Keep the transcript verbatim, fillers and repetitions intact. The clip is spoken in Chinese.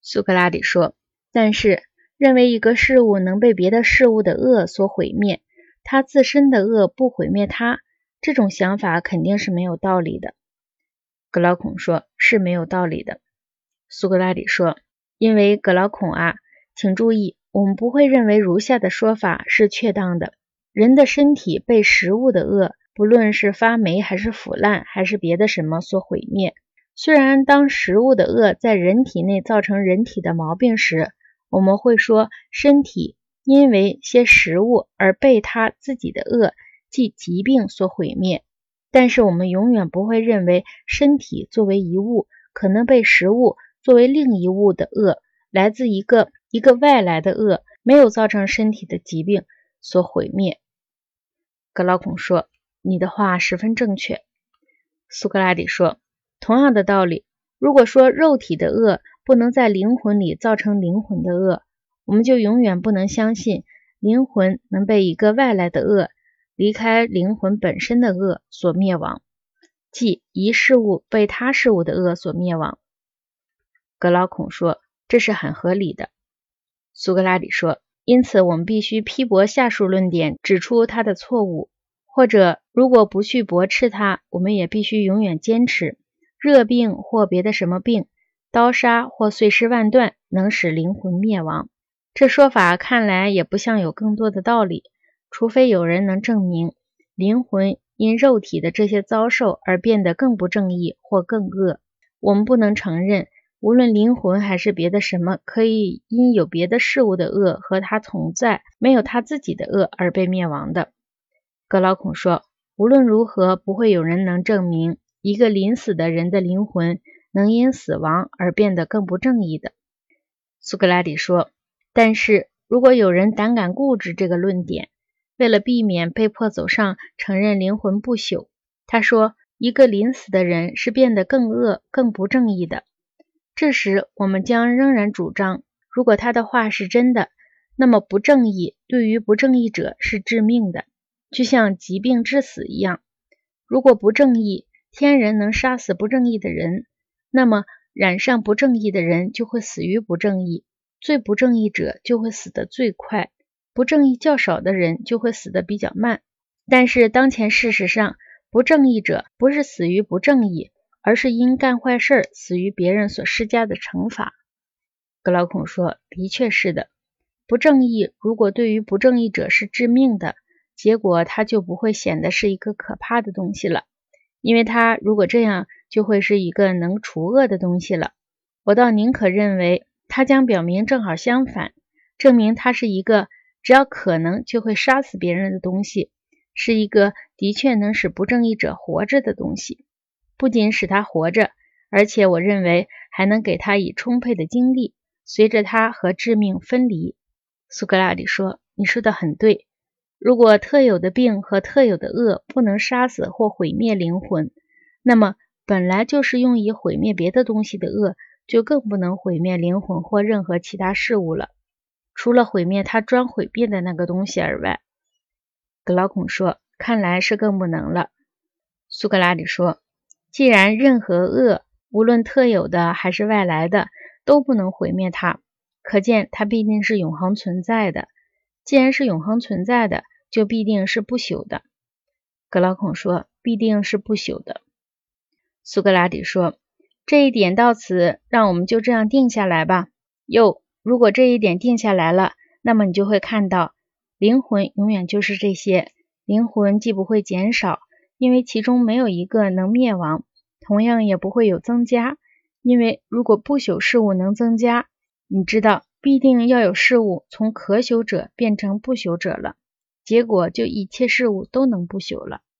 苏格拉底说，但是认为一个事物能被别的事物的恶所毁灭，它自身的恶不毁灭它，这种想法肯定是没有道理的。格劳孔说，是没有道理的。苏格拉底说，因为格劳孔啊，请注意，我们不会认为如下的说法是确当的。人的身体被食物的恶，不论是发霉还是腐烂还是别的什么所毁灭。虽然当食物的恶在人体内造成人体的毛病时，我们会说身体因为些食物而被它自己的恶，即疾病所毁灭，但是我们永远不会认为身体作为一物，可能被食物作为另一物的恶，来自一个一个外来的恶，没有造成身体的疾病所毁灭。格劳孔说，你的话十分正确。苏格拉底说，同样的道理，如果说肉体的恶不能在灵魂里造成灵魂的恶，我们就永远不能相信灵魂能被一个外来的恶，离开灵魂本身的恶所灭亡，即一事物被他事物的恶所灭亡。格劳孔说，这是很合理的。苏格拉底说，因此我们必须批驳下述论点，指出它的错误，或者如果不去驳斥它，我们也必须永远坚持热病或别的什么病，刀杀或碎尸万段能使灵魂灭亡。这说法看来也不像有更多的道理，除非有人能证明灵魂因肉体的这些遭受而变得更不正义或更恶。我们不能承认无论灵魂还是别的什么，可以因有别的事物的恶和它同在，没有它自己的恶而被灭亡的。格劳孔说，无论如何不会有人能证明一个临死的人的灵魂能因死亡而变得更不正义的。苏格拉底说，但是如果有人胆敢固执这个论点，为了避免被迫走上承认灵魂不朽，他说一个临死的人是变得更恶更不正义的。这时我们将仍然主张，如果他的话是真的，那么不正义对于不正义者是致命的，就像疾病致死一样。如果不正义天人能杀死不正义的人，那么染上不正义的人就会死于不正义，最不正义者就会死得最快，不正义较少的人就会死得比较慢。但是当前事实上，不正义者不是死于不正义，而是因干坏事死于别人所施加的惩罚。格劳孔说，的确是的，不正义如果对于不正义者是致命的，结果它就不会显得是一个可怕的东西了，因为它如果这样就会是一个能除恶的东西了。我倒宁可认为它将表明正好相反，证明它是一个只要可能就会杀死别人的东西，是一个的确能使不正义者活着的东西。不仅使他活着，而且我认为还能给他以充沛的精力，随着他和致命分离。苏格拉底说，你说得很对，如果特有的病和特有的恶不能杀死或毁灭灵魂，那么本来就是用以毁灭别的东西的恶，就更不能毁灭灵魂或任何其他事物了，除了毁灭他专毁灭的那个东西而外。格劳孔说，看来是更不能了。苏格拉底说，既然任何恶，无论特有的还是外来的，都不能毁灭它，可见它必定是永恒存在的。既然是永恒存在的，就必定是不朽的。格劳孔说，必定是不朽的。苏格拉底说，这一点到此，让我们就这样定下来吧。又，如果这一点定下来了，那么你就会看到，灵魂永远就是这些，灵魂既不会减少，因为其中没有一个能灭亡，同样也不会有增加，因为如果不朽事物能增加，你知道必定要有事物从可朽者变成不朽者了，结果就一切事物都能不朽了。